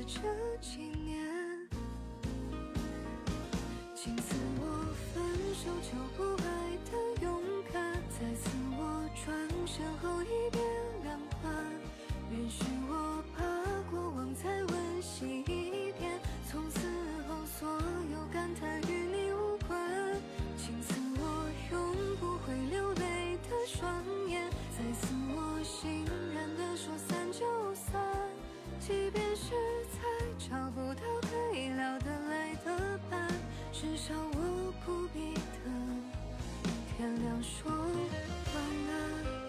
这几年。今次我分手就不爱的勇敢，再次我转身后一别两宽，允许我把过往再温习一遍，从此后所有感叹与你无关。请赐我永不会流泪的双眼，再次我欣然地说散就散，即便是再找不到对聊得来的伴，至少我不必等天亮说晚安。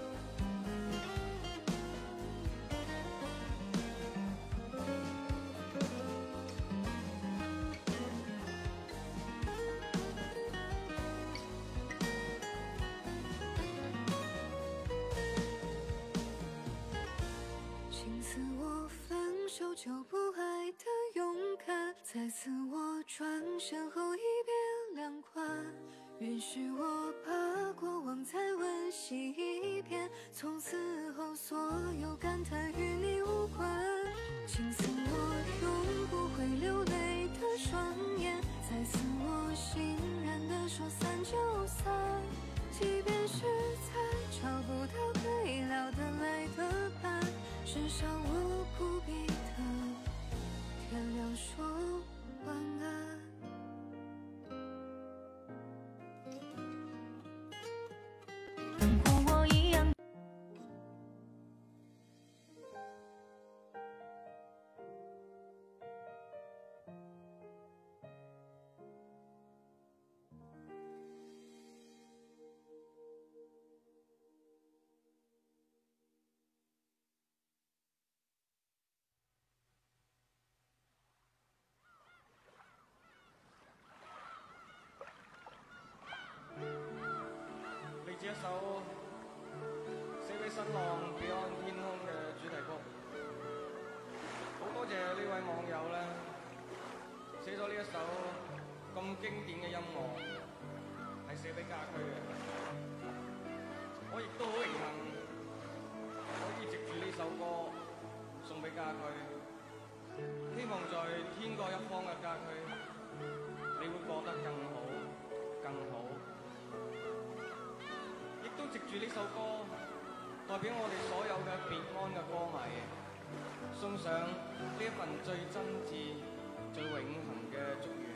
请赐我分手就不爱的勇敢，再次我转身后一别两宽，允许我把过往再温习一遍，从此后所有感叹与你无关。请赐我永不会流泪的双眼，再次我欣然地说散就散，即便是再找不到对聊得来的伴，至少我不必等天亮说晚安。 和我一样。 嚟自一首寫俾新浪 Beyond 天空嘅主題曲，好多謝呢位網友咧，寫咗呢一首咁經典嘅音樂，係寫俾家駒嘅。我亦都好榮幸可以藉住呢首歌送俾家駒，希望在天各一方嘅家駒，你會過得更好，更好。亦都藉住呢首歌，代表我哋所有嘅別安嘅歌迷，送上呢一份最真摯、最永恆嘅祝願。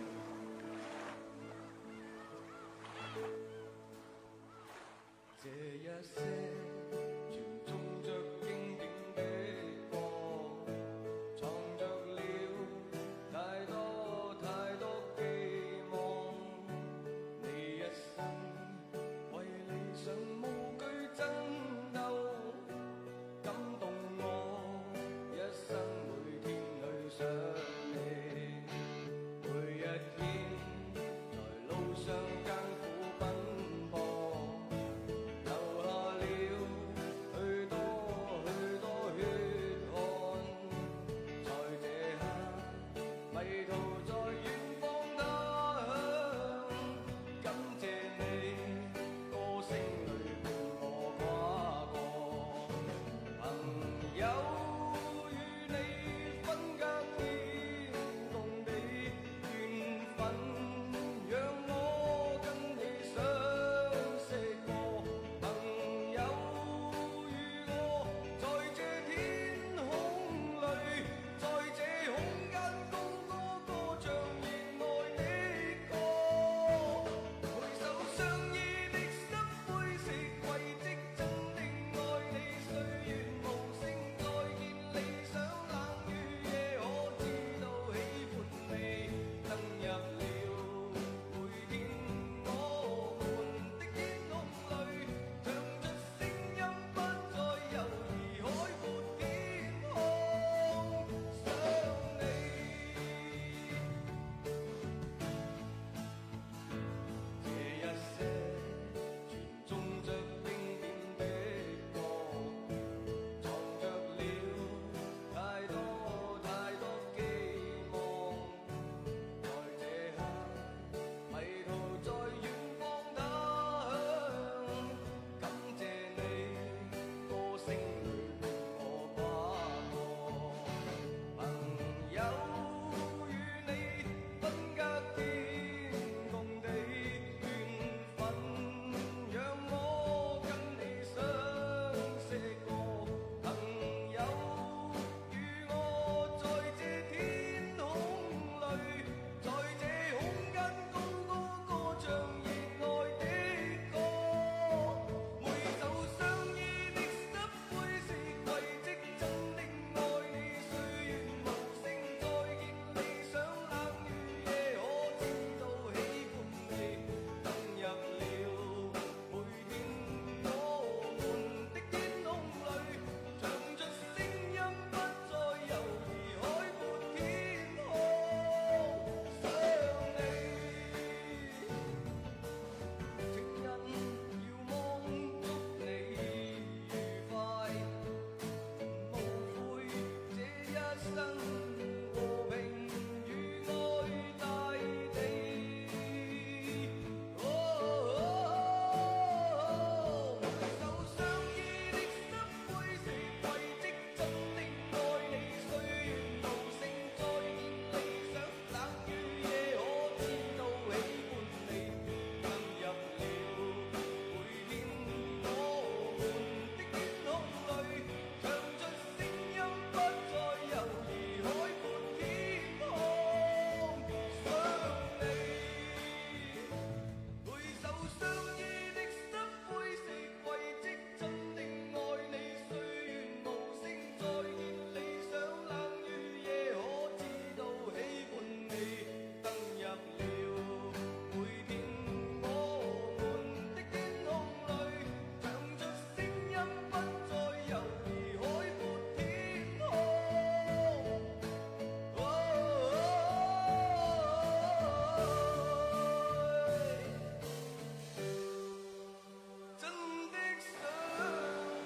這一些傳頌着經典的歌，藏着了太多太多寄望，你一生為理想無懼爭鬥，感動我一生每天去想你，每一天在路上艱苦奔波，流下了許多許多血汗，在這刻迷途在遠方他鄉，感謝你歌聲裏伴我跨過，朋友與你分隔天共地緣分，讓我跟你相識過，朋友與我在這天空裏，在這空間高歌歌唱熱愛的歌，回首相依的心灰色，遺跡真的愛你，歲月無聲再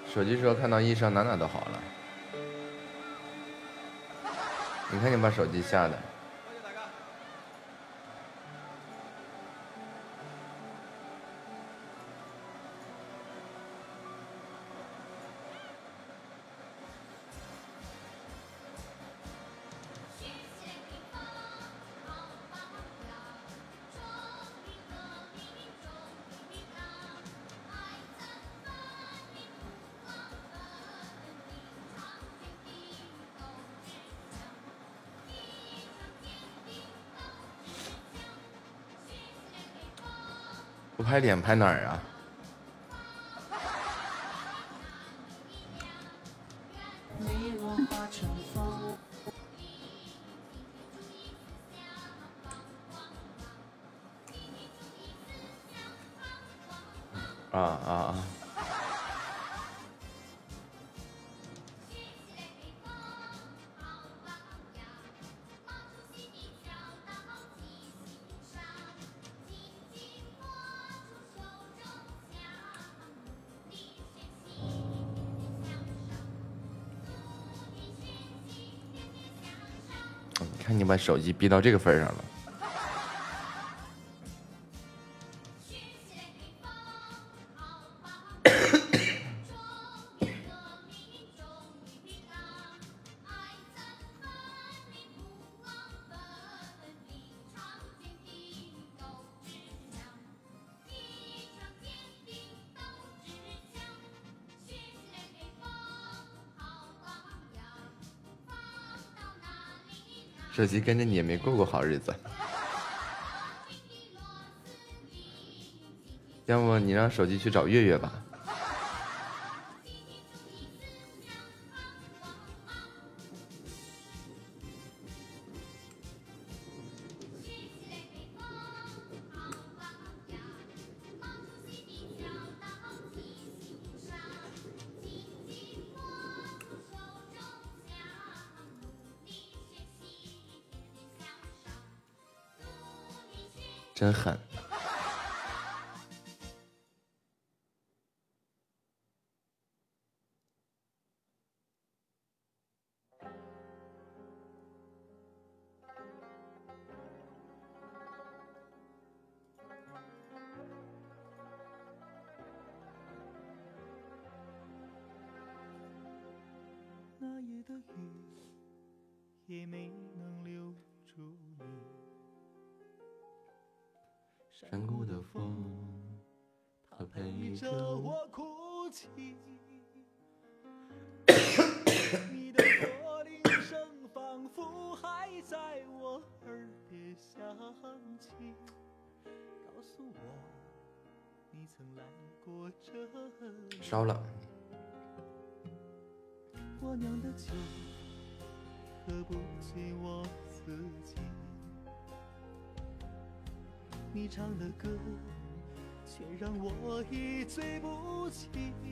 手机说看到医生哪都好了。你看你把手机吓的。不拍脸拍哪儿啊？啊！你看你把手机逼到这个份上了。手机跟着你也没过过好日子，要不你让手机去找月月吧。真狠！ 那夜的雨也没能留住你。山谷的风，它陪着我哭泣。你的驼铃声仿佛还在我耳边响起，告诉我你曾来过这里。 烧了。 我酿的酒喝不醉我自己。你唱的歌却让我一醉不起，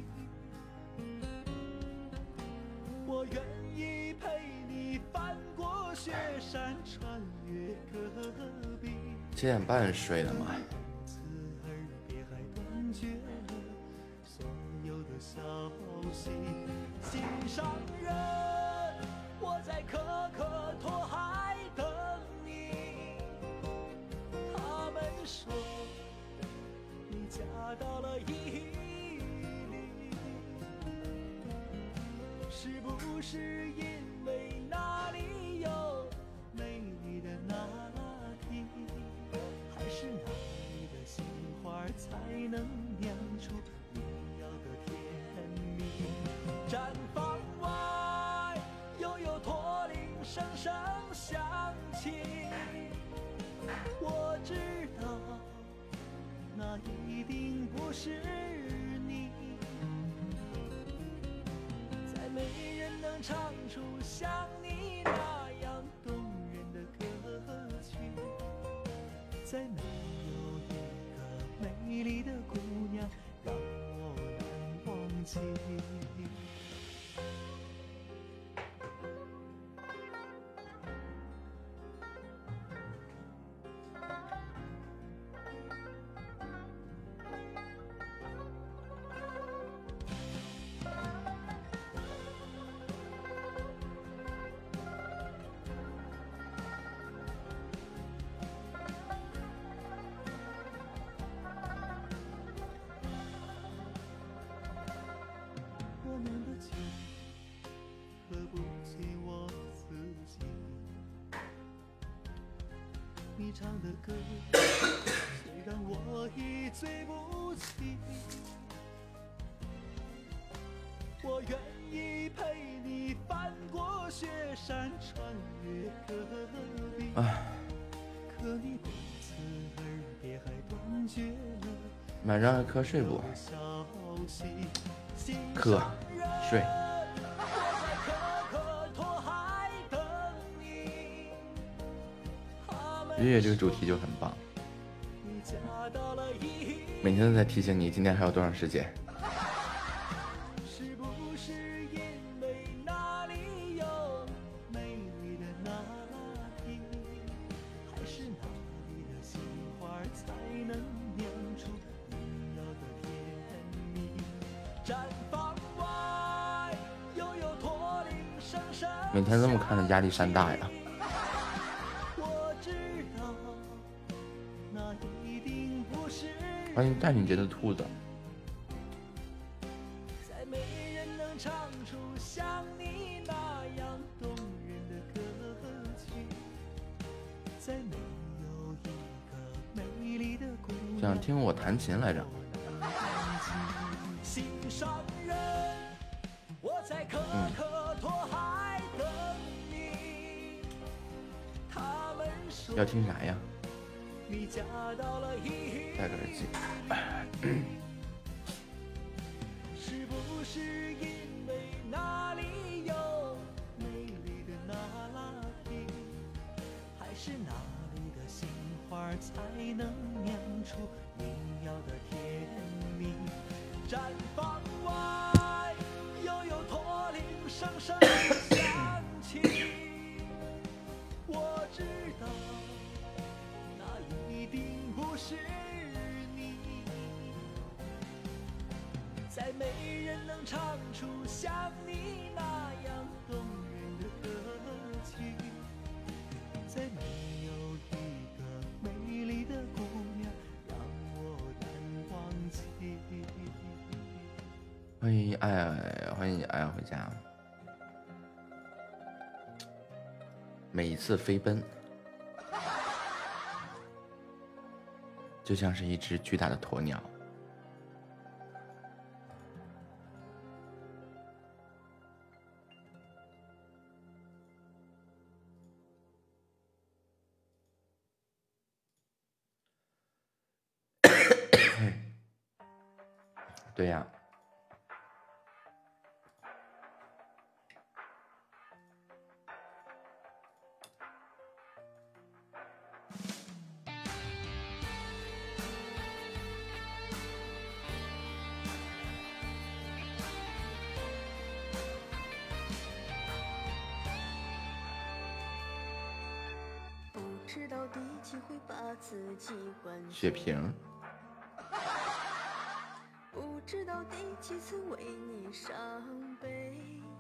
我愿意陪你翻过雪山，穿越戈壁。 7点半睡的吗？ 此耳边还断绝了所有的消息，心上人，我在可可托海等你。他们说你嫁到了伊犁，是不是因为那里有美丽的拿铁，还是那里的杏花才能酿出你要的甜蜜？毡房外又有驼铃声声响起，我知道那一定不是你，再没人能唱出像你那样动人的歌曲，再没有一个美丽的姑娘让我难忘记。 喝不醉我自己。你唱的歌，虽然我已醉不起，我愿意陪你翻过雪山，穿越戈壁。可你不辞而别，还断绝了晚上还瞌睡不？ 消息。 瞌睡。月月这个主题就很棒，每天都在提醒你今天还有多长时间。 是不是因为那里有美丽的那天，还是那里的杏花才能酿出你要的甜蜜？毡房外悠悠驼铃声声， 每天这么看着压力山大呀。欢迎带你节的兔子。 再没人能唱出像你那样动人的歌曲，再没有一个美丽的姑娘想听我弹琴来着。 心上人，我在可可托海等你。他们说要听啥呀？ 你嫁到了一戴个耳机。 是不是因为那里有美丽的那拉丁，还是那里的杏花才能酿出你要的甜蜜？毡房外悠悠驼铃声声响起，我知道那一定不是你，再没人能唱出像你那样动人的歌曲，再没有一个美丽的姑娘让我难忘记。 欢迎欢迎爱回家。每一次飞奔，就像是一只巨大的鸵鸟。对呀。 知道第几回把自己灌血瓶。 不知道第几次为你伤悲，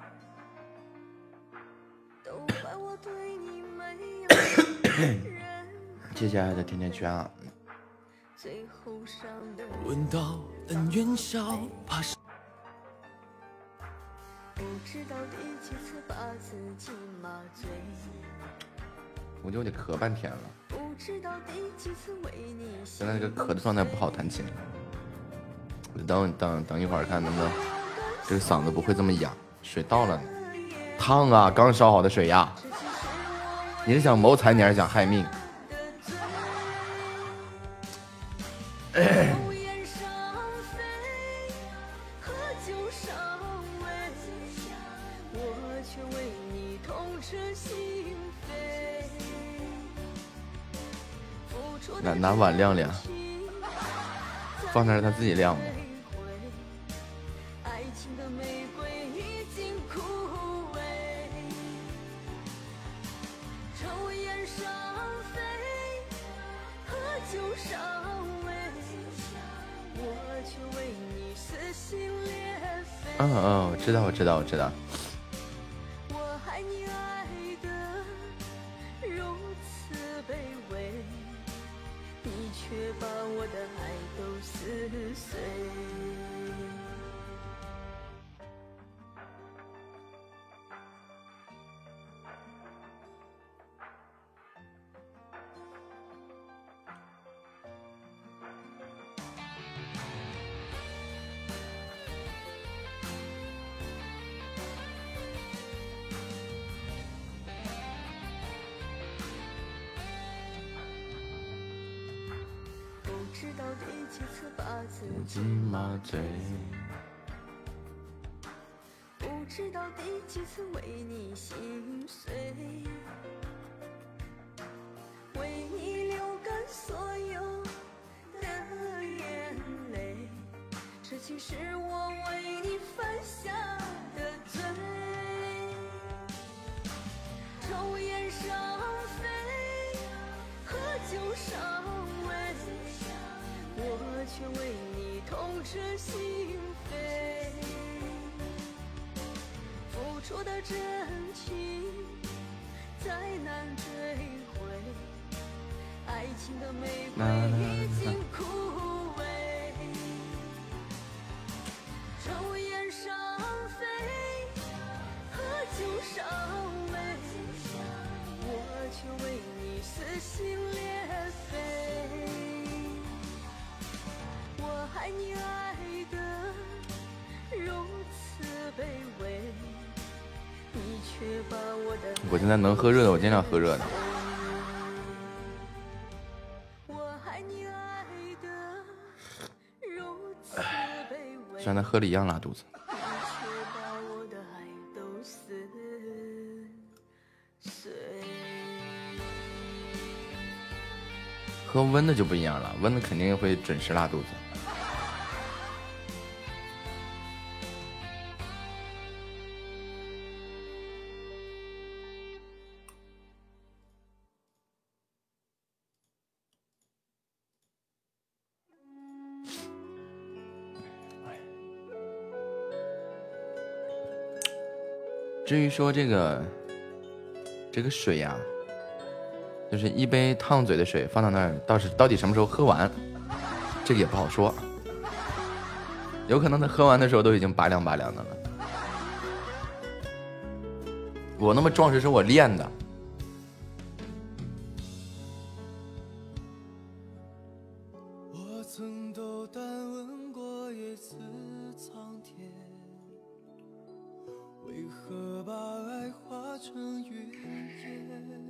都怪我对你没有人。 谢谢爱的甜甜圈啊。 最后伤的问到恩怨消，怕是不知道第几次把自己麻醉， 我就得咳半天了。 不知道第几次为你现在这个咳的状态不好弹琴，等一会儿看能不能这个嗓子不会这么哑。水到了，烫啊！刚烧好的水呀。你是想谋财，你还是想害命？拿碗晾晾，放那儿他自己晾吧。我知道。 我爱你爱得如此卑微，你却把我的爱都撕碎。 知道第几次把自己麻醉， 不知道第几次为你心碎，为你流干所有的眼泪，这竟是我为你犯下的罪。抽烟伤肺，喝酒伤胃，我却为你痛彻心扉。付出的真情再难追回，爱情的玫瑰已经枯萎。抽烟伤肺，喝酒伤胃，我却为你撕心裂肺。我爱你爱得如此卑微，你却把我的我现在能喝热的，我尽量喝热的。 我爱你爱得如此卑微， 虽然他喝了一样拉肚子。 你却把我的爱都撕碎。 喝温的就不一样了，温的肯定会准时拉肚子。至于说这个水呀、就是一杯烫嘴的水放到那儿，到底什么时候喝完，这个也不好说，有可能他喝完的时候都已经拔凉拔凉的了。我那么壮实是我练的。 我曾斗胆问过一次苍天，为何把爱化成云烟？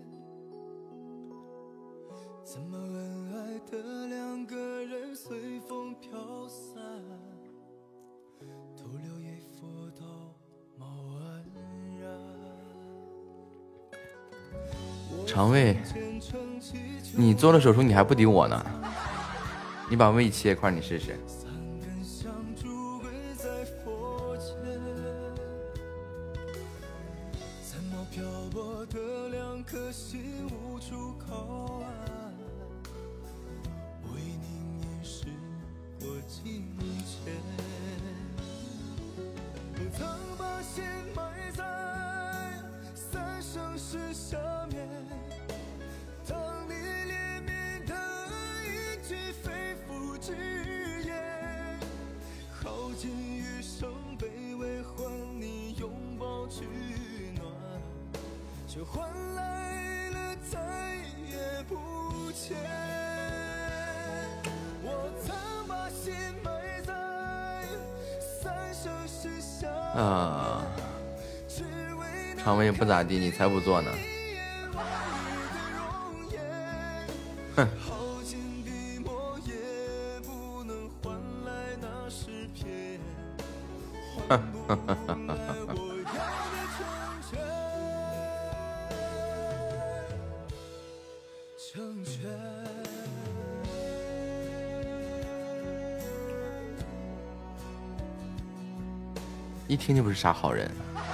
怎么恩爱的两个人随风飘散，徒留一幅道貌岸然。 肠胃，你做了手术你还不敌我呢，你把胃切一块你试试。 三根香烛跪在佛前，三毛漂泊的两颗心无处靠岸，为你凝视过境迁。我曾把心埋在三生石下面，当你怜悯的一句肺腑之言，耗尽余生卑微换你拥抱取暖，却换来了再也不见。我曾把心埋在三生石下啊，肠胃不咋地，你才不做呢。哼。 耗尽笔墨也不能换来那诗篇，换不来我要的成全。 一听就不是啥好人。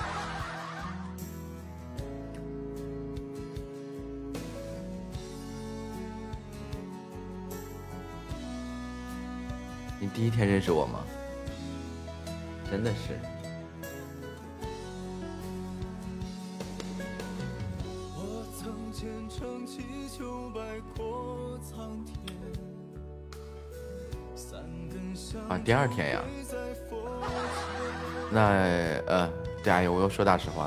你第一天认识我吗？真的是。 我曾虔诚祈求百阔苍天，三根香啊，第二天呀。那对，哎呦，我又说大实话了。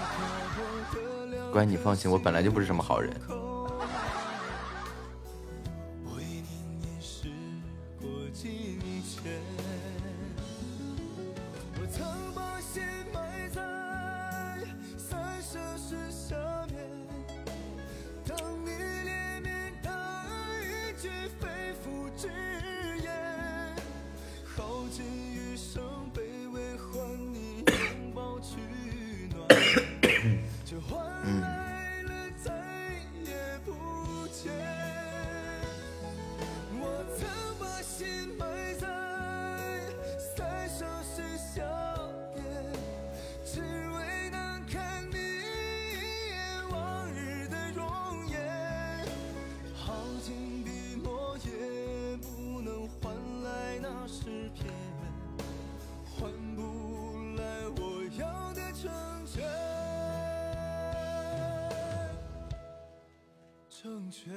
乖，你放心，我本来就不是什么好人。 当你怜悯的一句肺腑之正确。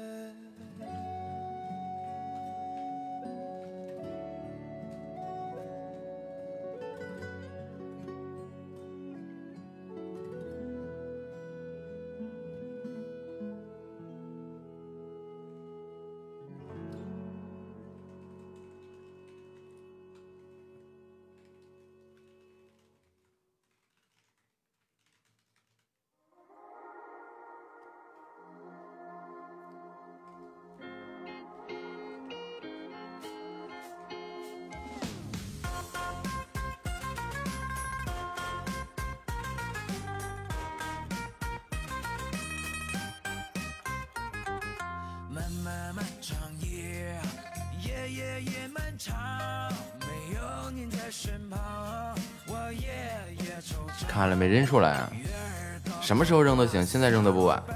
看了没扔出来啊？什么时候扔都行，现在扔都不晚。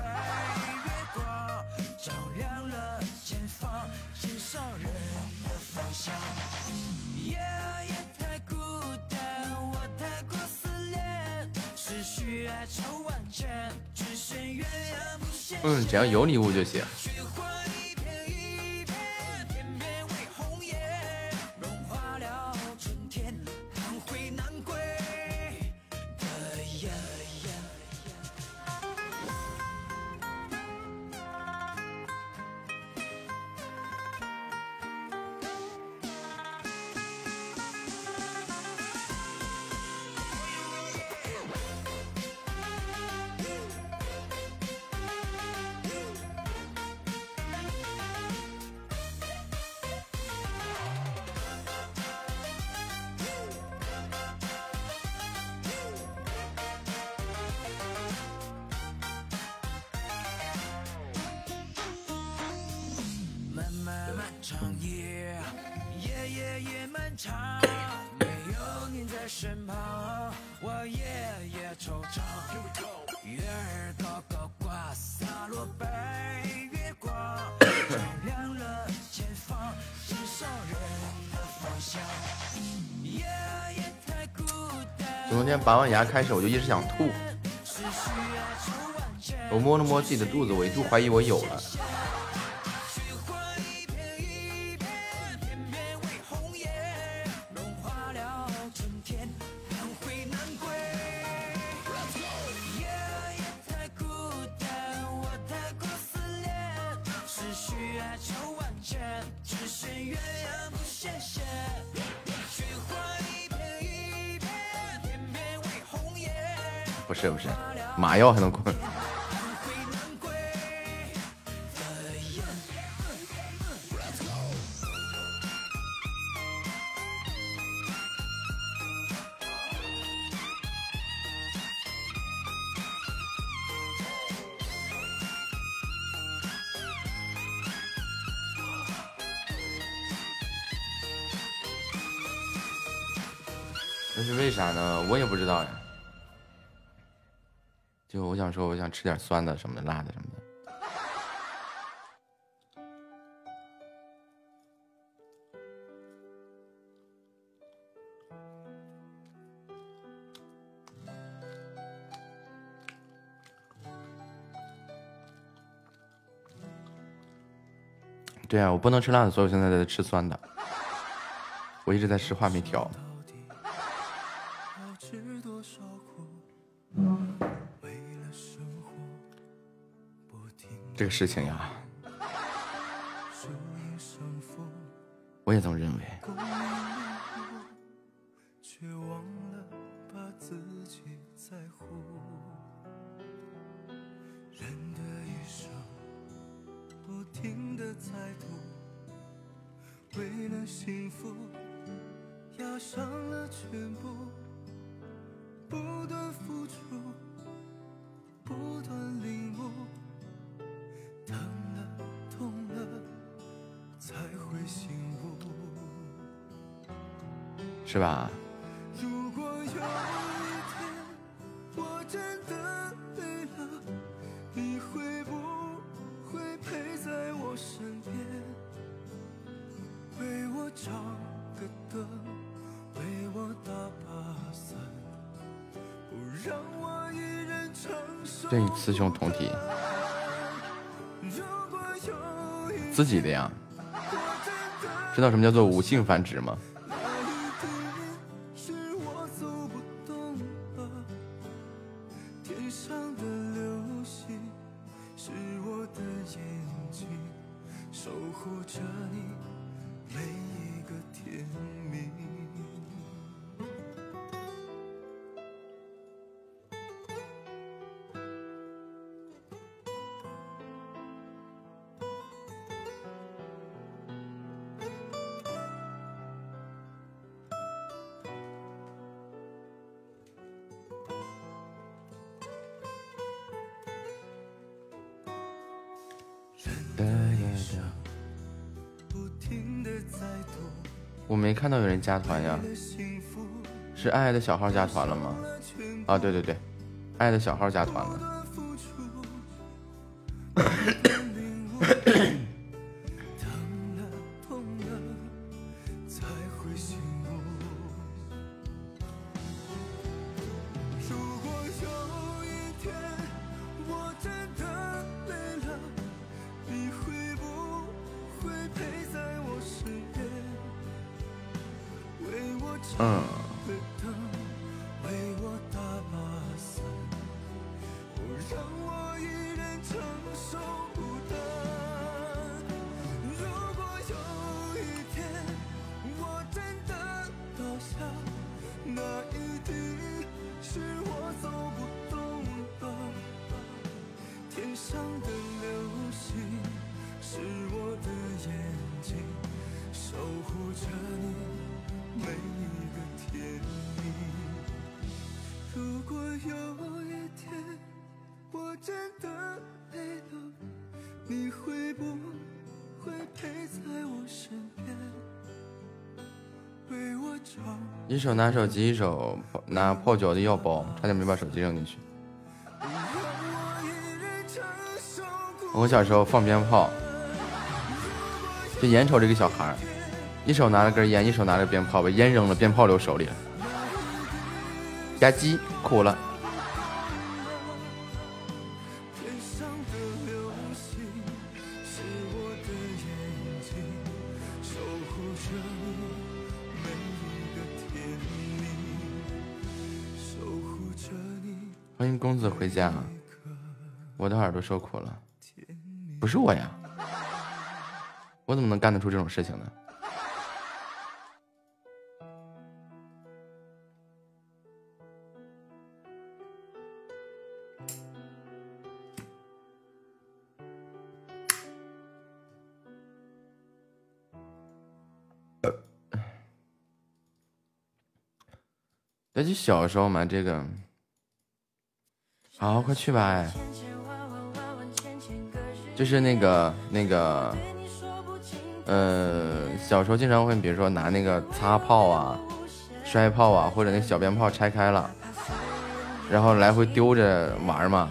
只要有礼物就行。从天拔完牙开始，我就一直想吐。我摸了摸自己的肚子，我一度怀疑我有了。不是，麻药还能滚。那是为啥呢？我也不知道呀。就我想说，我想吃点酸的什么的，辣的什么的。对啊，我不能吃辣的，所以我现在在吃酸的。我一直在吃话没调。这个事情呀，我也这么认为。 是吧？ 如果有一天我真的累了，你会不会陪在我身边，为我找个灯，为我打把伞，不让我一人承受。 对，雌雄同体，自己的呀。知道什么叫做无性繁殖吗？我没看到有人加团呀，是爱爱的小号加团了吗？啊，对对对，爱爱的小号加团了。一手拿手机，一手拿破旧的药包，差点没把手机扔进去。我小时候放鞭炮，就眼瞅这个小孩，一手拿了根烟，一手拿了鞭炮，把烟扔了，鞭炮留手里了，吧唧哭了。欢迎公子回家，我的耳朵受苦了。不是我呀，我怎么能干得出这种事情呢？那就小时候嘛，这个。好，快去吧！哎，就是那个，小时候经常会，比如说拿那个擦炮啊、摔炮啊，或者那小鞭炮拆开了，然后来回丢着玩嘛。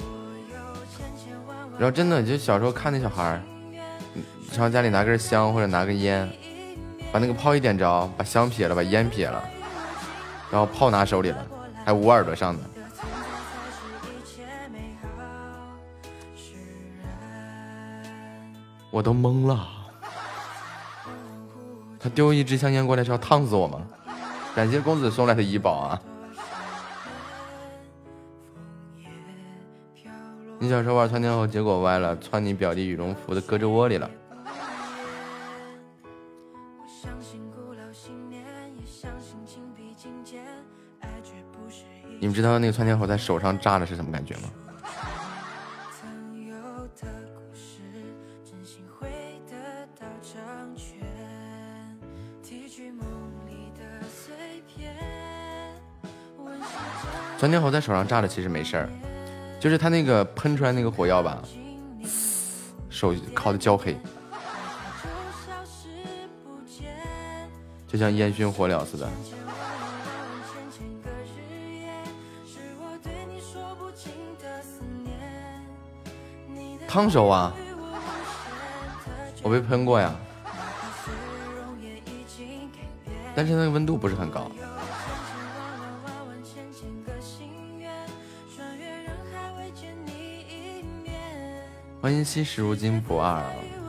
然后真的，就小时候看那小孩，然后家里拿根香或者拿根烟，把那个炮一点着，把香撇了，把烟撇了，然后炮拿手里了，还捂耳朵上的。我都懵了，他丢一支香烟过来是要烫死我吗？感谢公子送来的怡宝啊！你小时候玩窜天猴，结果歪了，窜你表弟羽绒服的胳肢窝里了。你们知道那个窜天猴在手上炸的是什么感觉吗？窜天猴在手上炸的其实没事儿，就是他那个喷出来那个火药吧，手烤的焦黑。 就像烟熏火燎似的。烫手啊！我被喷过呀，但是那个温度不是很高。欢迎惜时如金不二。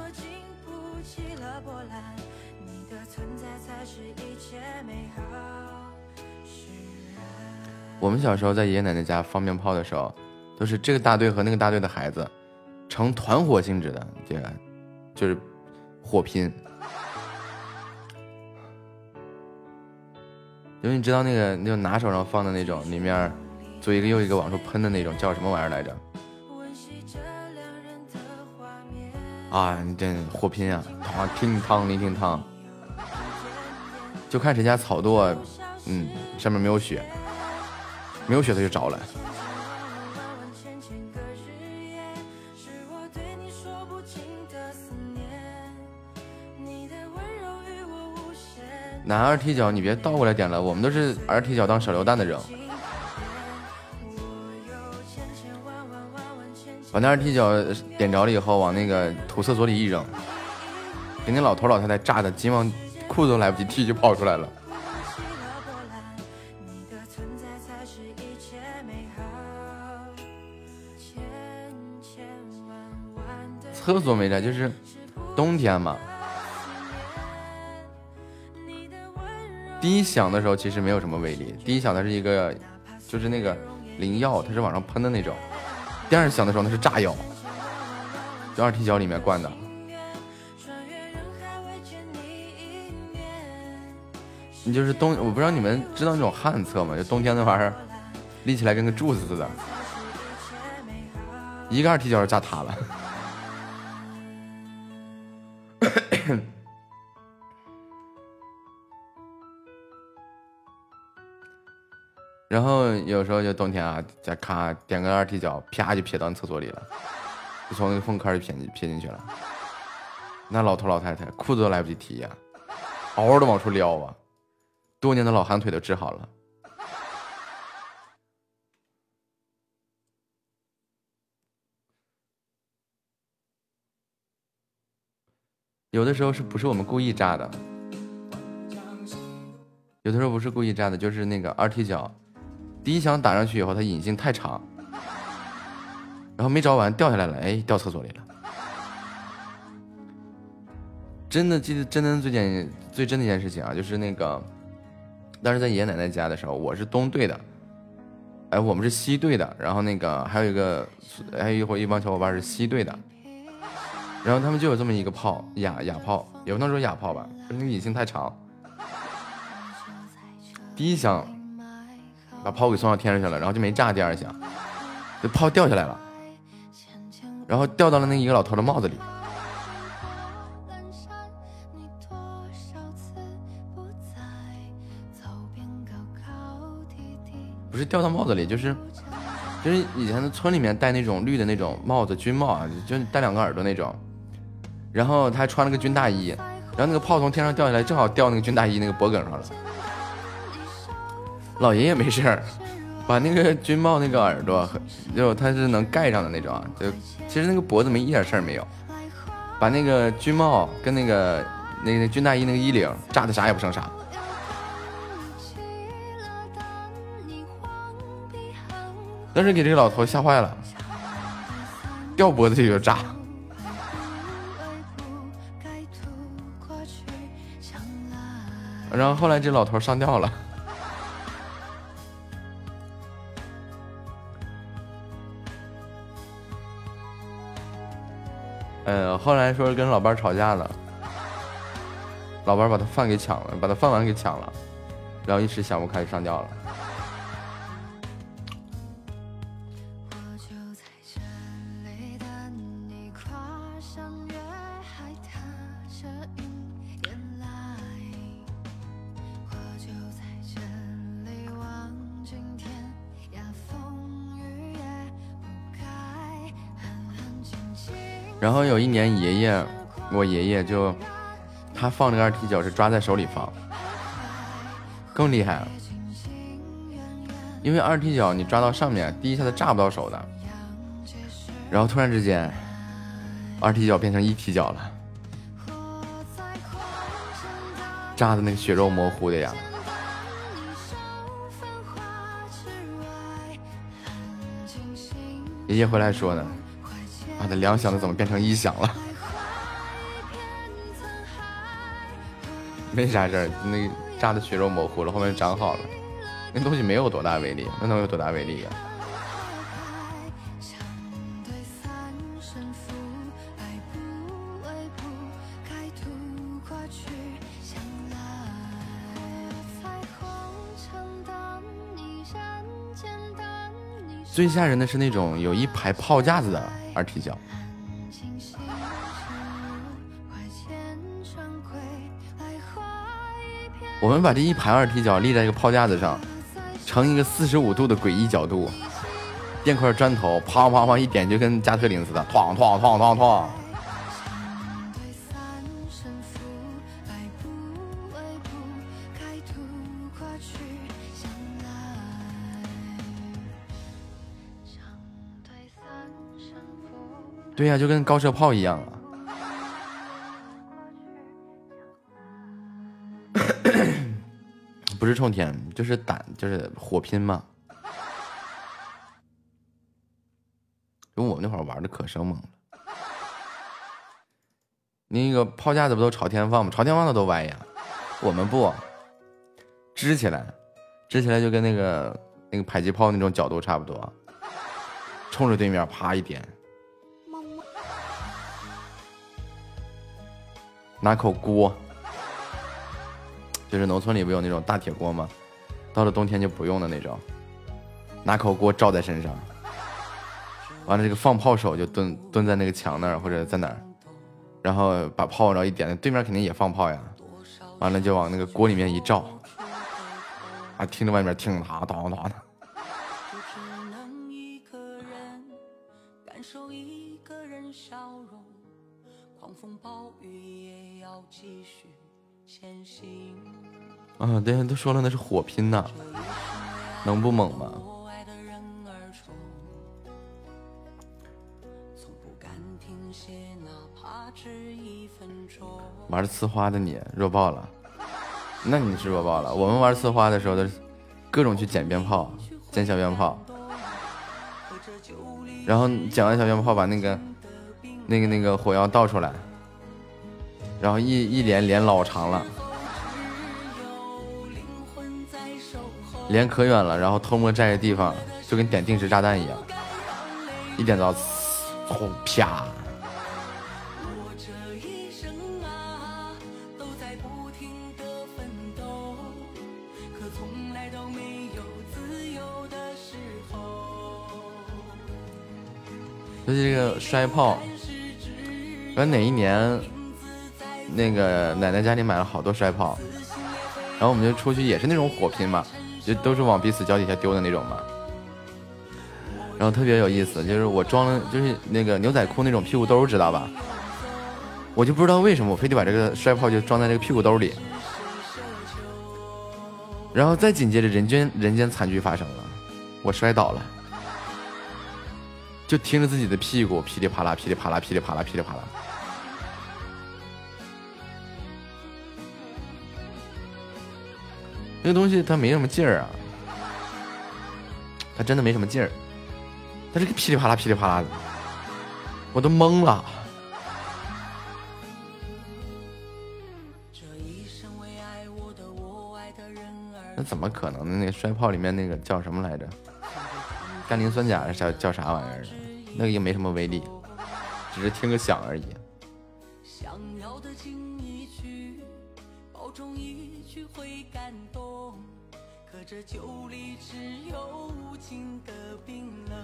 我们小时候在爷爷奶奶家放鞭炮的时候，都是这个大队和那个大队的孩子成团伙性质的，这个就是火拼。因为你知道那个拿手上放的那种，里面左一个右一个往出喷的那种，叫什么玩意儿来着？啊，你这火拼啊，听汤你听汤，就看谁家草垛，上面没有雪，没有雪它就着了。拿二踢脚，你别倒过来点了，我们都是二踢脚当手榴弹的扔。把那二踢脚点着了以后，往那个土厕所里一扔，给那老头老太太炸的，急忙裤子都来不及踢就跑出来了。厕所没炸，就是冬天嘛。第一响的时候其实没有什么威力，第一响它是一个就是那个灵药，它是往上喷的那种。第二响的时候那是炸药，就二踢脚里面灌的。你就是我不知道你们知道那种旱厕吗？就冬天那玩意儿立起来跟个柱子似的，一个二踢脚就炸塌了。然后有时候就冬天啊，再咔点个二踢脚，啪就撇到厕所里了，就从那个粪坑里撇进去了。那老头老太太裤子都来不及提呀，嗷嗷的往出撩啊，多年的老寒腿都治好了。有的时候不是我们故意炸的，有的时候不是故意炸的，就是那个二踢脚。第一响打上去以后，它引性太长，然后没着完掉下来了，哎，掉厕所里了。真的记得最真的一件事情啊，就是那个当时在爷爷奶奶家的时候，我是东队的，哎，我们是西队的，然后那个还有一帮小伙伴是西队的，然后他们就有这么一个炮，哑炮，也不能说哑炮吧，就是那个引性太长，第一响把炮给送到天上去了，然后就没炸第二响，这炮掉下来了，然后掉到了那一个老头的帽子里。不是掉到帽子里，就是以前的村里面戴那种绿的那种帽子，军帽啊，就戴两个耳朵那种，然后他还穿了个军大衣，然后那个炮从天上掉下来，正好掉那个军大衣那个脖梗上了。老爷爷没事儿，把那个军帽那个耳朵，就他是能盖上的那种啊，就其实那个脖子没一点事儿没有，把那个军帽跟那个军大衣那个衣领炸的啥也不剩啥。当时给这个老头吓坏了，掉脖子里就炸。然后后来这老头上吊了。后来说跟老伴吵架了，老伴把他饭给抢了，把他饭碗给抢了，然后一时想不开就上吊了。然后有一年我爷爷就他放这个二踢脚是抓在手里放， 更厉害了。因为二踢脚你抓到上面，第一下子炸不到手的，然后突然之间，二踢脚变成一踢脚了，炸的那个血肉模糊的呀。爷爷回来说呢，妈的两响的怎么变成一响了？没啥事儿，那个炸的血肉模糊了，后面长好了。那东西没有多大威力，那能有多大威力呀？最吓人的是那种有一排炮架子的二踢脚。我们把这一排二踢脚立在一个炮架子上，成一个45度的诡异角度，垫块砖头，砰砰砰一点就跟加特林似的，哐哐哐哐哐。对呀，就跟高射炮一样啊。不是冲天，就是胆，就是火拼嘛。因为我们那会儿玩的可生猛了，那个炮架子不都朝天放吗？朝天放的都歪呀，我们不支起来，支起来就跟那个迫击炮那种角度差不多，冲着对面啪一点，拿口锅。就是农村里不有那种大铁锅吗？到了冬天就不用的那种，拿口锅罩在身上，完了这个放炮手就蹲在那个墙那儿或者在哪儿，然后把炮然后一点，对面肯定也放炮呀，完了就往那个锅里面一照，啊，听着外面听他当当的。啊，对，都说了那是火拼呐，能不猛吗？玩呲花的你弱爆了，那你是弱爆了。我们玩呲花的时候都是各种去捡鞭炮，捡小鞭炮，然后捡完小鞭炮把那个火药倒出来，然后一连老长了。连可远了，然后偷摸站着地方，就跟点定时炸弹一样，一点到，轰啪！就是这个摔炮，说哪一年，那个奶奶家里买了好多摔炮，然后我们就出去也是那种火拼嘛。就都是往彼此脚底下丢的那种嘛，然后特别有意思，就是我装了，就是那个牛仔裤那种屁股兜，知道吧？我就不知道为什么我非得把这个摔炮就装在这个屁股兜里，然后再紧接着人间惨剧发生了，我摔倒了，就听着自己的屁股噼里啪啦噼里啪啦噼里啪啦噼里啪啦。那个东西它没什么劲儿啊，它真的没什么劲儿，它这个噼里啪啦噼里啪啦的，我都懵了。那怎么可能呢？那个摔炮里面那个叫什么来着？甘磷酸钾是叫啥玩意儿？那个也没什么威力，只是听个响而已。这酒里只有无尽的冰冷，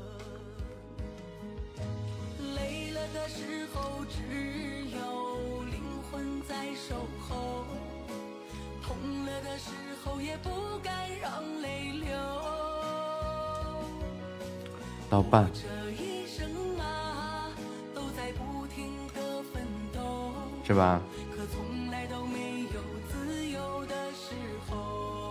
累了的时候只有灵魂在守候，痛了的时候也不敢让泪流。老伴，是吧？可从来都没有自由的时候。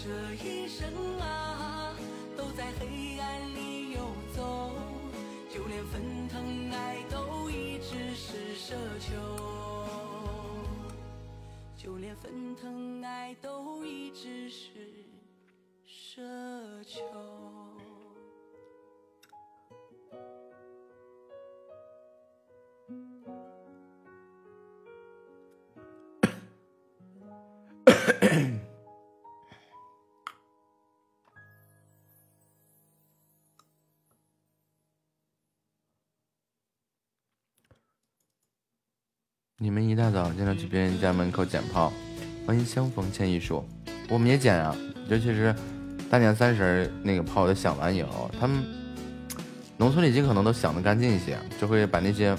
这一生啊，都在黑暗里游走，就连沸腾爱都一直是奢求，就连沸腾爱都一直是奢求。 你们一大早见到去别人家门口捡炮，欢迎相逢牵一束。我们也捡啊，尤其是大年30那个炮的响完以后，他们农村里尽可能都响得干净一些，就会把那些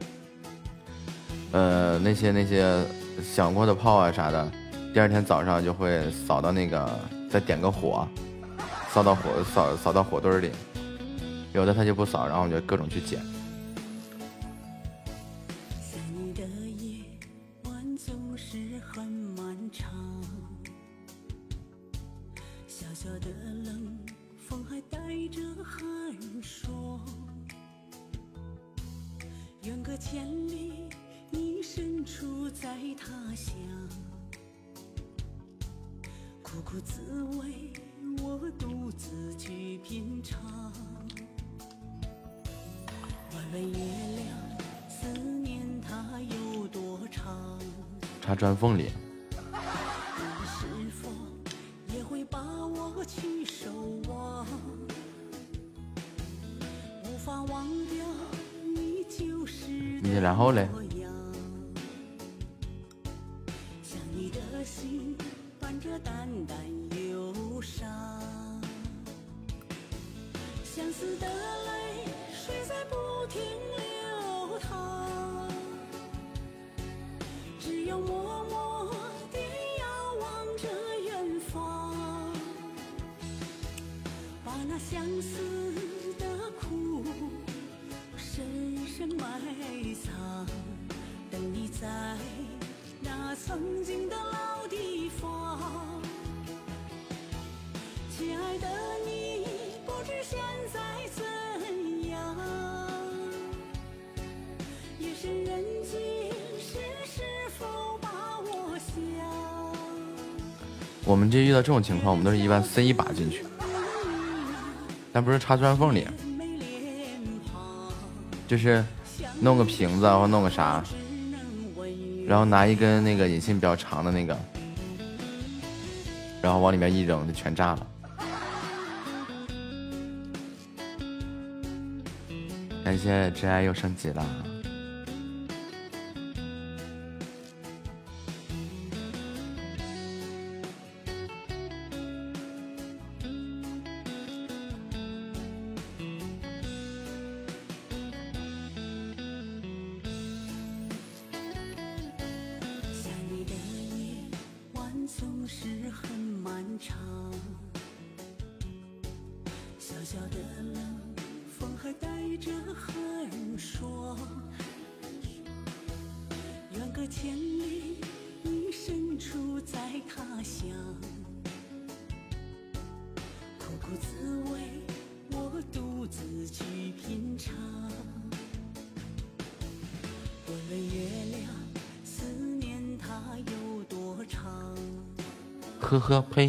那些响过的炮啊啥的，第二天早上就会扫到那个，再点个火，扫到火堆里。有的他就不扫，然后我就各种去捡。插砖缝里。你然后嘞？我们这遇到这种情况，我们都是一般塞一把进去，但不是插砖缝里，就是弄个瓶子或弄个啥，然后拿一根那个引信比较长的那个，然后往里面一扔就全炸了。感谢真爱又升级了。呵呵呸！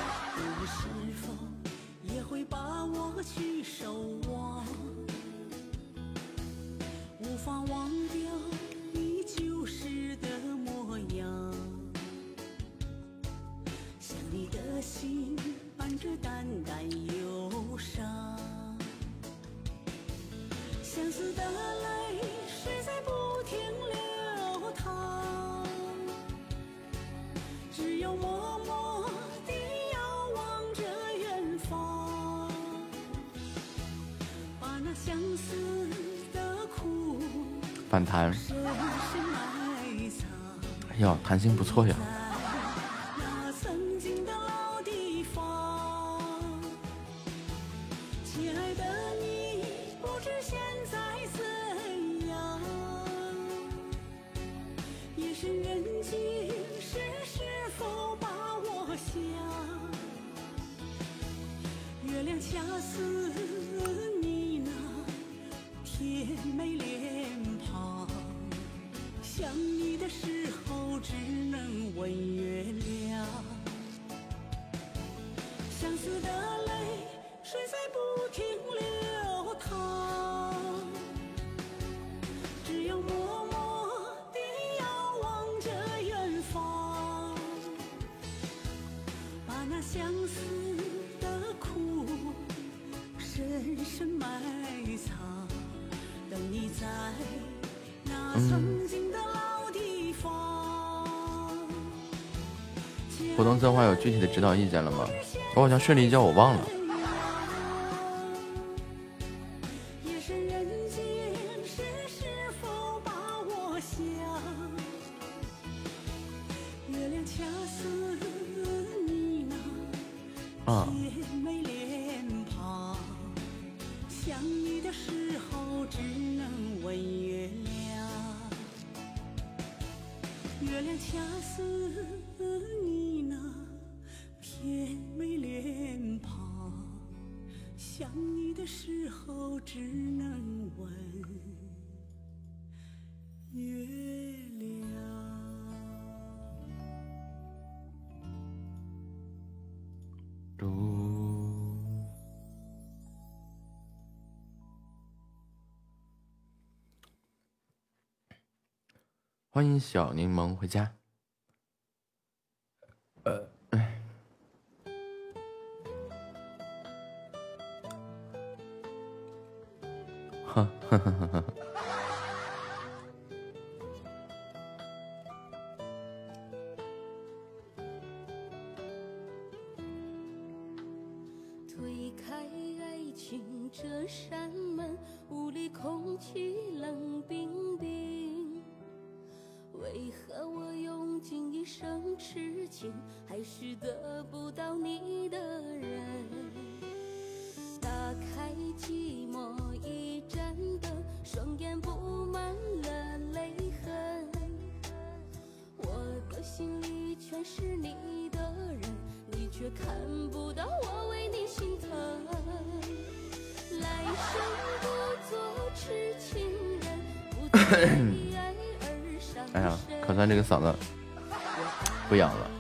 反弹，哎呀，弹性不错呀。 活动策划有具体的指导意见了吗？我好像睡了一觉，我忘了。欢迎小柠檬回家。哈哈哈哈哈！ 推开爱情这扇门，屋里空气冷冰冰。为何我用尽一生痴情，还是得不到你的人？打开寂寞一盏灯，双眼布满了泪痕。我的心里全是你的人，你却看不到我为你心疼。来生不做痴情人，不再为爱而伤神。 哎呀，可算这个嗓子不痒了。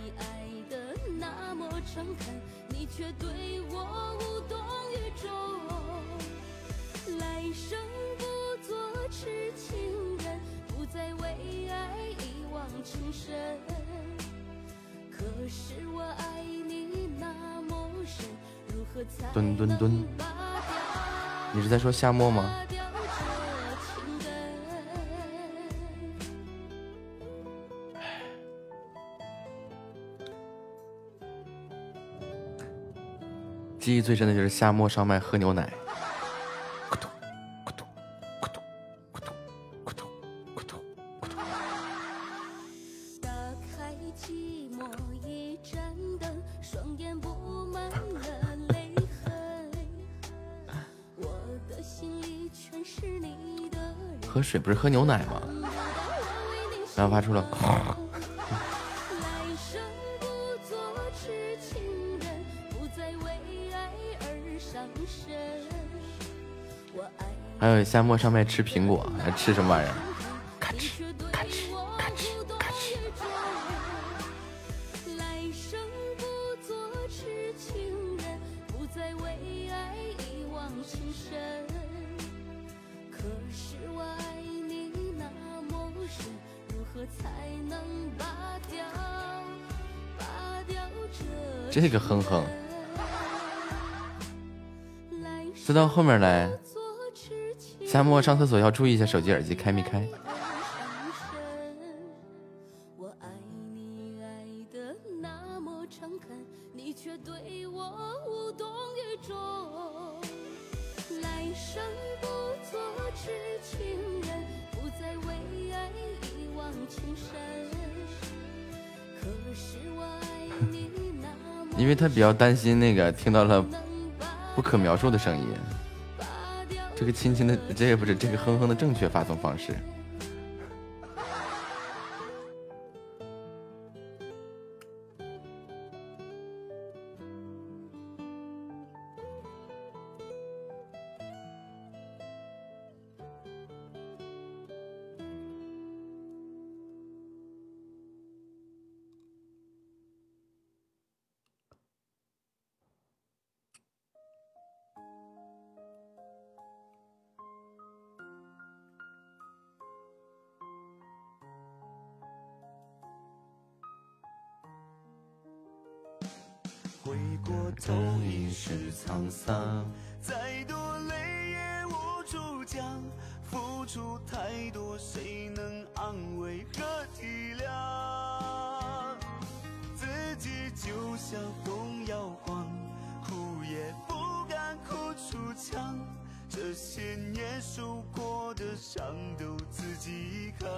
情深，可是我爱你那么深，如何才蹲蹲蹲，你是在说夏末吗？记忆最深的就是夏末上麦喝牛奶。喝水不是喝牛奶吗？然后发出了还有夏末上麦吃苹果，还吃什么玩意儿？咔哧咔哧咔哧咔哧。这个哼哼，再到后面来，夏末上厕所要注意一下手机耳机开没开。因为他比较担心那个听到了不可描述的声音，这个亲亲的，这也不是这个哼哼的正确发送方式。 回过头已是沧桑，再多泪也无处讲， 付出太多，谁能安慰和体谅？自己就像风摇晃，哭也不敢哭出腔。这些年受过的伤都自己扛。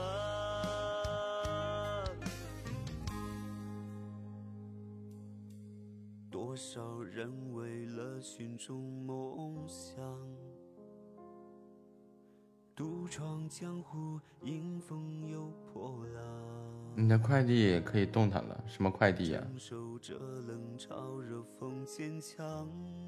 多少人为了寻找梦想，独闯江湖，迎风又破浪。 你的快递可以动弹了，什么快递呀？ 承受着冷嘲热讽坚强，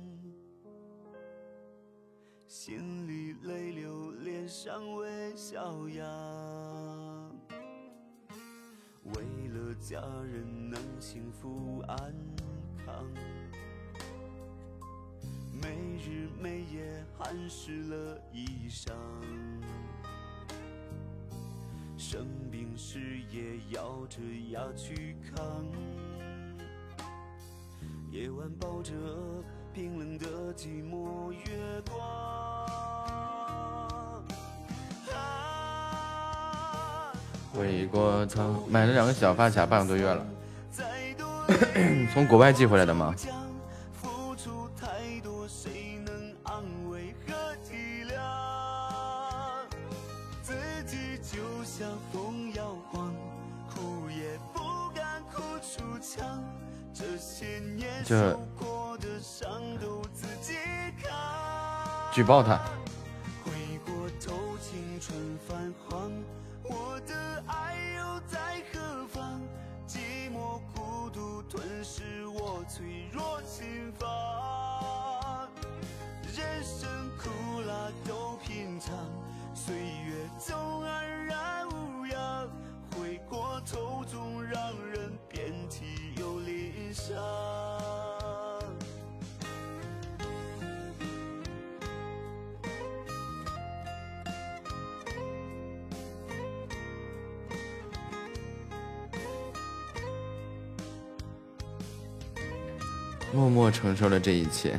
心里泪流，脸上微笑扬。为了家人能幸福安康，没日没夜汗湿了衣裳。生病时也咬着牙去扛，夜晚抱着冰冷的寂寞月光。 回过头，买了2个小发卡，半个多月了。从国外寄回来的吗？ 付出太多，谁能安慰和体谅？自己就像风摇晃，哭也不敢哭出腔。这些年受过的伤都自己扛。 举报他。 回过头，青春泛黄，我的爱又在何方？寂寞孤独吞噬我脆弱心房。人生苦辣都品尝，岁月总安然无恙。回过头总让人遍体有鳞伤。 默默承受了这一切，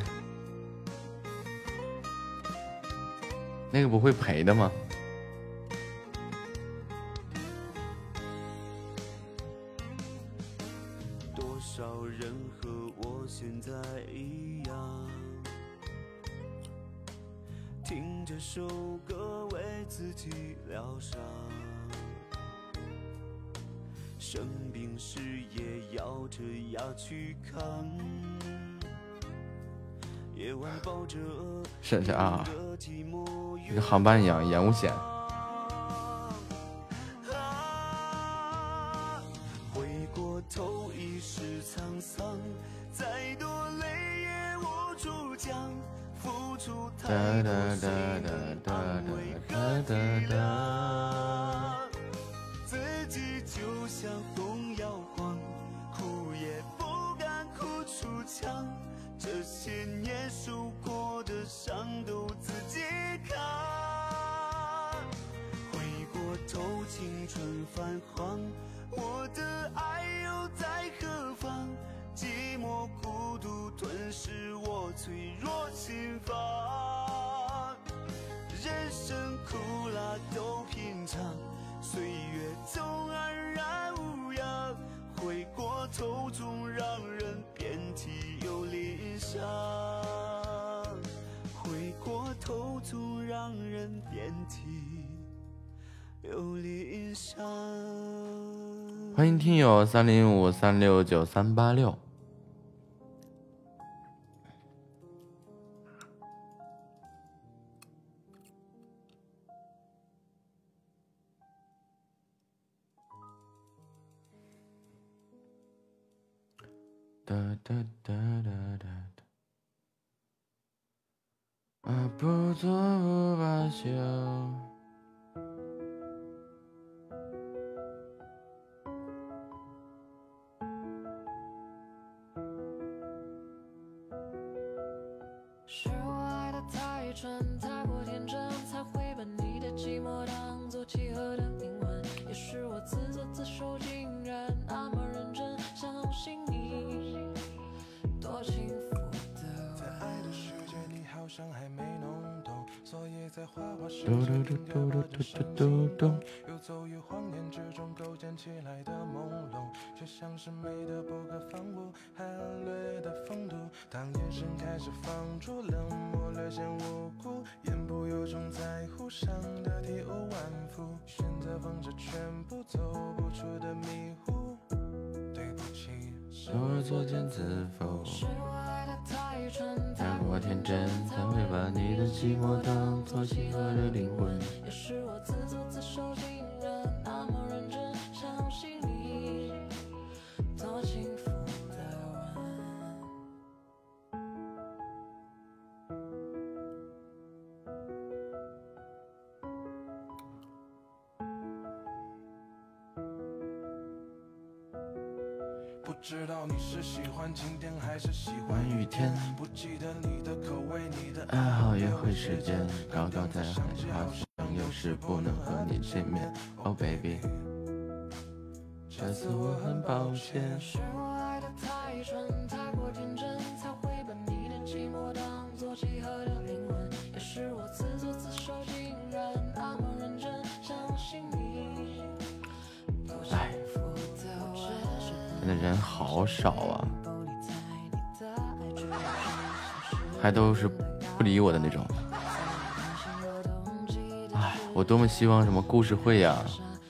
那个不会赔的吗？ 多少人和我现在一样，听这首歌为自己疗伤，生病时也咬着牙去扛，夜晚抱着是啊，跟航班一样，延误险。 回过头已是沧桑，再多泪也握住桨，付出太多，谁能安慰和体谅？自己就像风摇晃，哭也不敢哭出腔。这些年受过的伤都自己扛。回过头，青春泛黄，我的爱又在何方？寂寞孤独吞噬我脆弱心房。人生苦辣都品尝，岁月总安然无恙。回过头总让人遍体有鳞伤。回过头总让人遍体有鳞伤。 欢迎听友305369386。哒哒哒哒哒哒，啊，不做不罢休。 是我爱得太蠢，太过天真，才会把你的寂寞当作契合的灵魂。也是我自作自受，竟然那么认真，相信你多幸福的在爱的世界，你好像还没弄懂，所以在花花世深深停掉我的身心动，游走于谎言之中构建起来的朦胧，却像是美的不可方物，含略的风度。当眼神开始放出冷漠，略显无辜，言不由衷，在乎上的体无完肤，选择放着全部走不出的迷糊。对不起， 是我作茧自缚， 是我爱得太蠢， 太过天真，才会把你的寂寞当作契合的灵魂。 也是我自作自受，竟然那么认真相信你，多幸福的吻。 不知道你是喜欢晴天还是喜欢雨天，不记得你的口味，你的爱好约会时间，高高在海，好像有时不能和你见面。Oh baby， 这次我很抱歉。 是我爱得太蠢，太过天真，才会把你的寂寞当作契合的灵魂。也是我自作自受，竟然那么认真相信你，多幸福的吻。 真的人好少啊，还都是不理我的那种。哎，我多么希望什么故事会呀，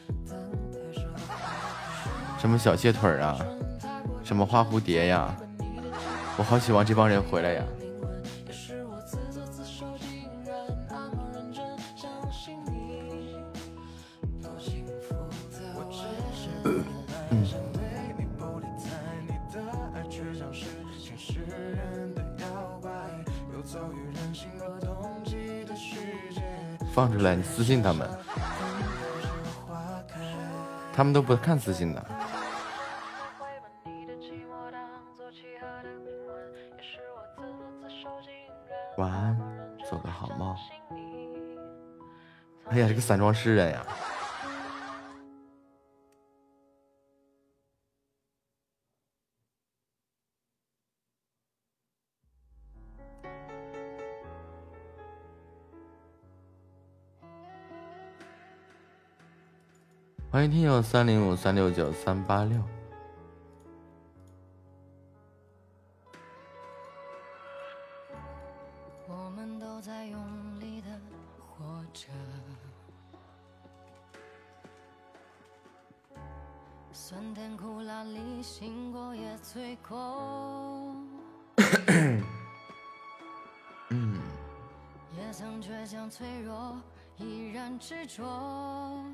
什么小蟹腿啊，什么花蝴蝶呀，我好希望这帮人回来呀。放出来，你私信他们，他们都不看私信的。晚安，做个好梦。哎呀，这个散装诗人呀！欢迎听友305369-386。 我们都在用力的活着，酸甜苦辣里醒过也醉过，也曾倔强脆弱，依然执着，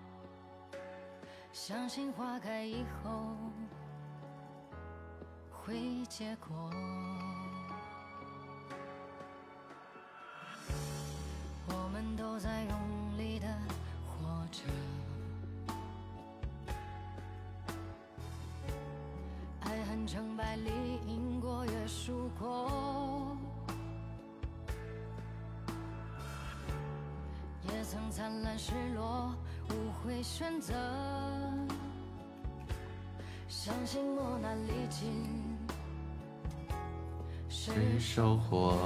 相信花开以后会结果。我们都在用力的活着，爱恨成败里赢过也输过，也曾灿烂失落，无悔选择，相信磨难历尽是收获。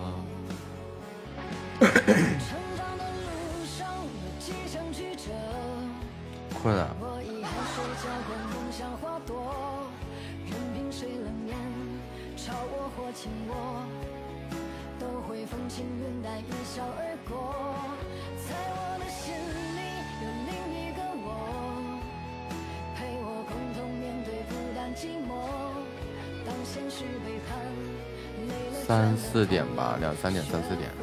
成长的路上有几程曲折， 困了， 我遗憾睡觉观梦像花朵，任凭谁冷眼朝我或亲我，都会风轻云淡一笑而过。在我的心里有另一个我，陪我共同面对孤单寂寞。当现实背叛累了 3、4点吧，2、3点、3、4点。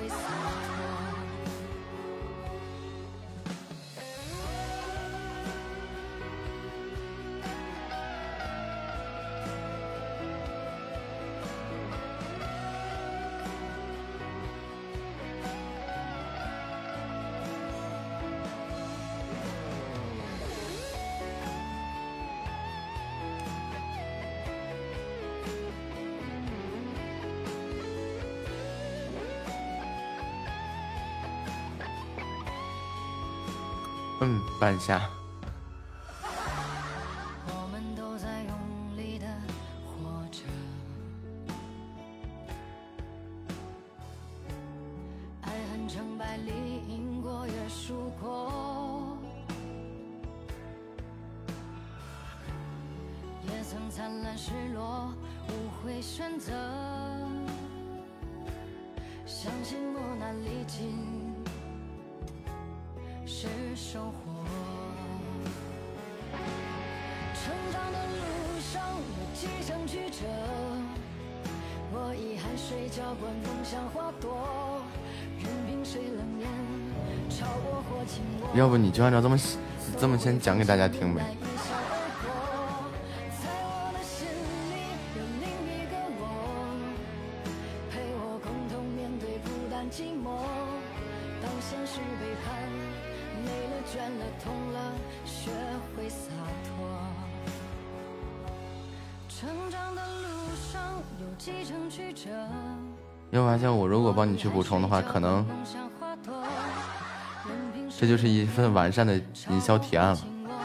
半夏。 我们都在用力的活着，爱恨成败里赢过灿烂失落，无悔选择，相信磨难历尽是收获。成长的路上有几程曲折，我以汗水浇灌梦想花朵，任凭谁冷眼超过或轻我。 要不你就按照这么先讲给大家听呗。又发现我如果帮你去补充的话，可能这就是一份完善的营销提案了。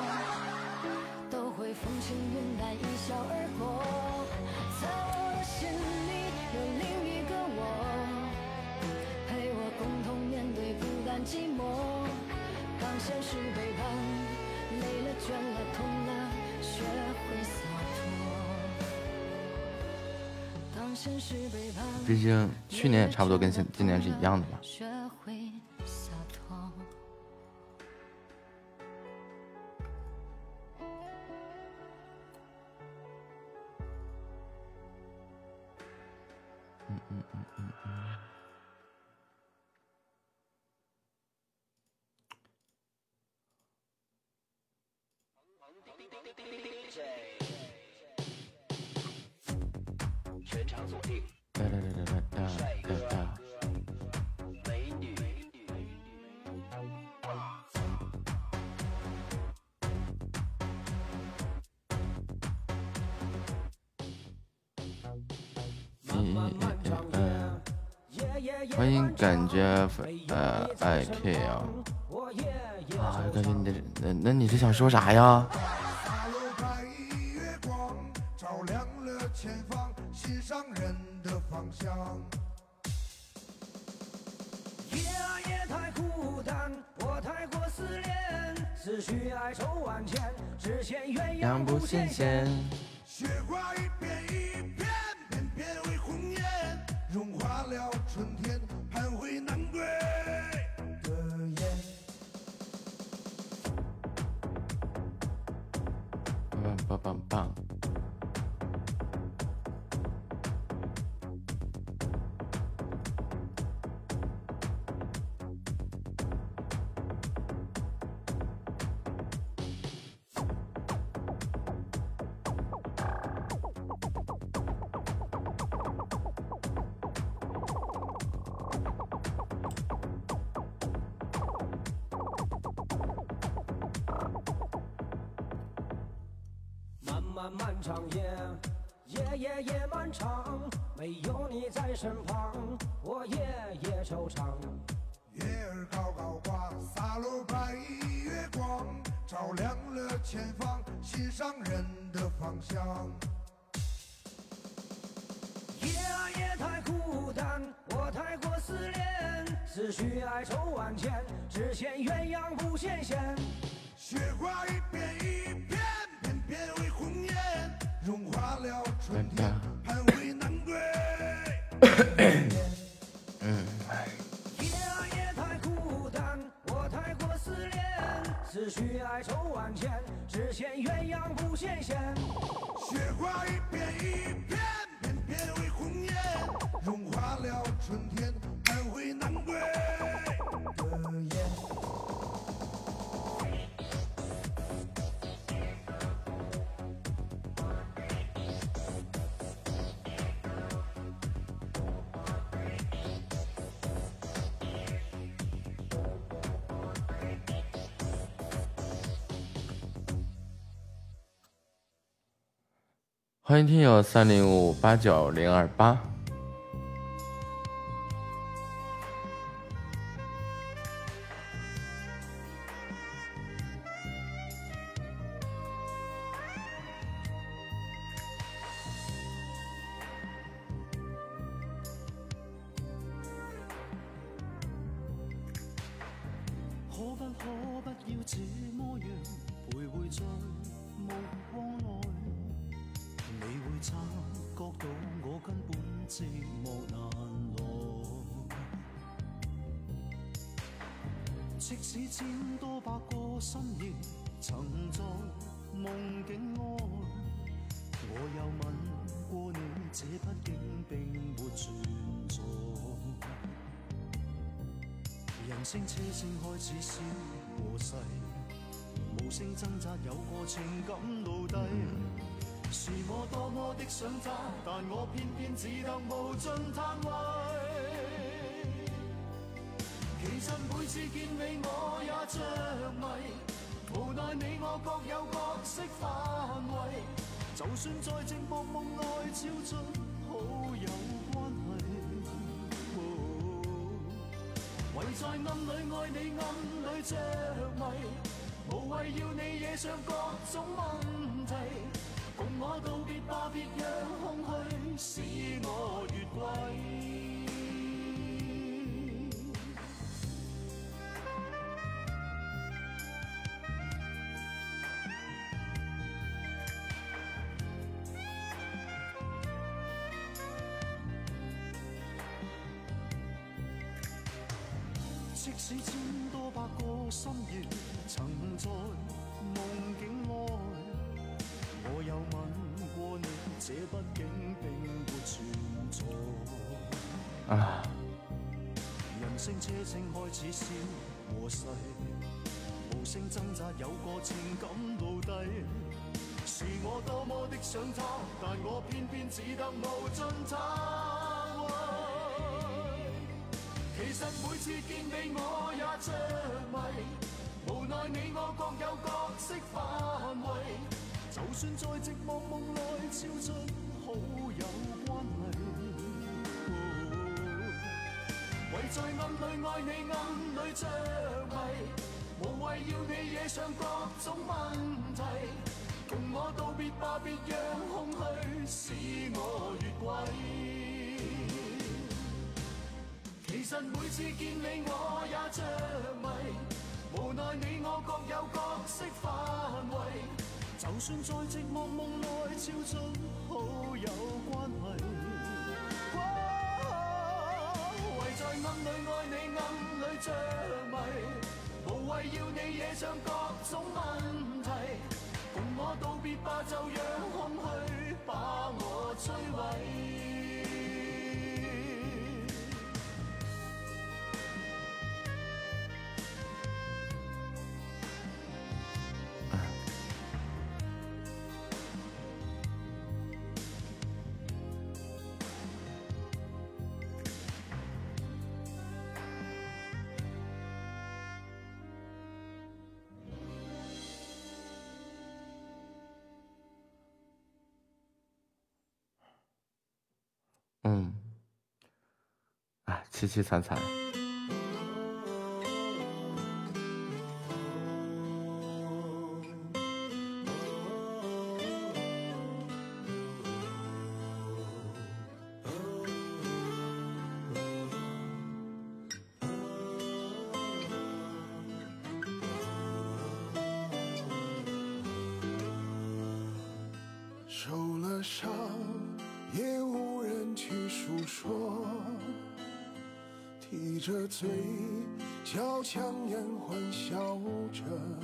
毕竟去年也差不多跟今年是一样的吧。欢迎感觉IK 啊，感觉你的那你是想说啥呀？两不新鲜。雪花一片一片，片片为红颜，融化了春天，盼回南归的雁。棒棒棒棒！ 漫长夜漫长，没有你在身旁，我夜惆怅。月儿高高挂，洒落白月光，照亮了前方，心上人的方向。夜太孤单，我太过思念，思绪哀愁万千，只羡鸳鸯不羡仙。雪花一片一片，片片为红颜，融化了春天，盼回南归。夜太孤单，我太过思念，思绪哀愁万千，只羡鸳鸯不羡仙。雪花一片一片，片片为红颜，融化了春天，盼回南归的雁。 欢迎听友30589028。 可不要這麼樣徘徊在目光內， 你會察覺到我根本寂寞難耐。即使千多百個深夜曾在夢境愛，我又吻過你，這畢竟並沒存在。人聲車聲開始消和逝，無聲掙扎有個情感奴隸。是我多麼的想他，但我偏偏只得無盡嘆謂。其實每次見你我也着迷，無奈你我各有角色範圍。就算在寂寞夢內超出好友關係，唯在暗裏愛你暗裏着迷，無謂要你惹上各種問題。共我道別吧，別讓空虛使我越軌。即使千多百個深夜曾在夢境愛，我有吻過你，這畢竟並沒存在。人聲車聲開始消和逝，無聲掙扎有個情感奴隸。是我多麼的想他，但我偏偏只得無盡嘆謂。其實每次見你我也着迷，無奈你我各有角色範圍。就算在寂寞夢內超出好友關係，唯在暗裏愛你暗裏着迷，無謂要你惹上各種問題。共我道別吧，別讓空虛使我越軌。其實每次見你我也着迷，無奈你我各有角色範圍。就算在寂寞夢內超出好友關係，唯在暗裏愛你暗裏着迷，無謂要你惹上各種問題。共我道別吧，就讓空虛把我摧毀。 凄凄惨惨。 受了伤，也无人去诉说。提着嘴角强颜欢笑着，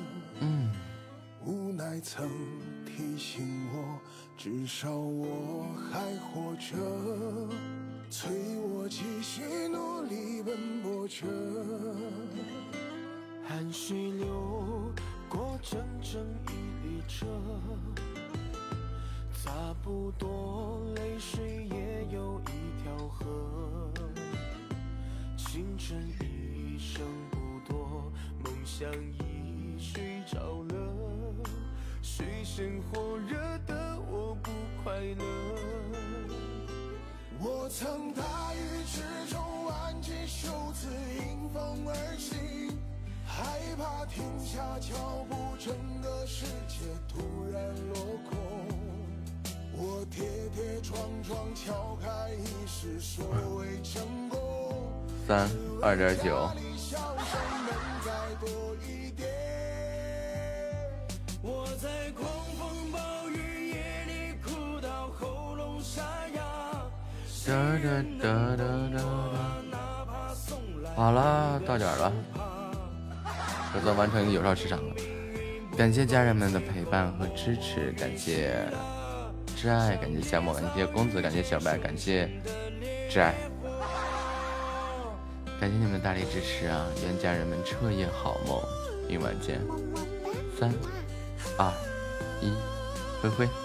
无奈曾提醒我，至少我还活着，催我继续努力奔波着。 汗水流过整整一列车，差不多泪水也有一条河。青春一生不多，梦想已睡着了，水深火热的我不快乐。 我曾大雨之中挽起袖子迎风而行，害怕停下脚步，整个世界突然落空。我跌跌撞撞敲开一世所谓成功。 3 2.9。 我在狂风暴雨夜里哭到好了，到点了，我算完成有效时长了。感谢家人们的陪伴和支持，感谢挚爱，感谢夏末，感谢公子，感谢小白，感谢挚爱，感谢你们的大力支持啊！愿家人们彻夜好梦，明晚见。3、2、1，挥挥。